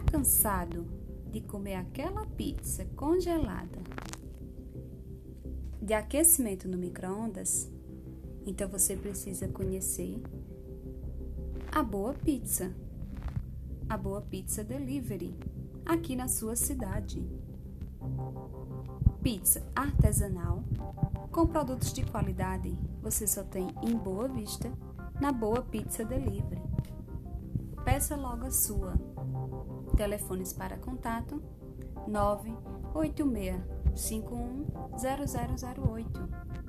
cansado de comer aquela pizza congelada de aquecimento no micro-ondas? Então você precisa conhecer a Boa Pizza, a Boa Pizza Delivery, aqui na sua cidade. Pizza artesanal com produtos de qualidade você só tem em Boa Vista, na Boa Pizza Delivery. Peça logo a sua. Telefones para contato 986510008.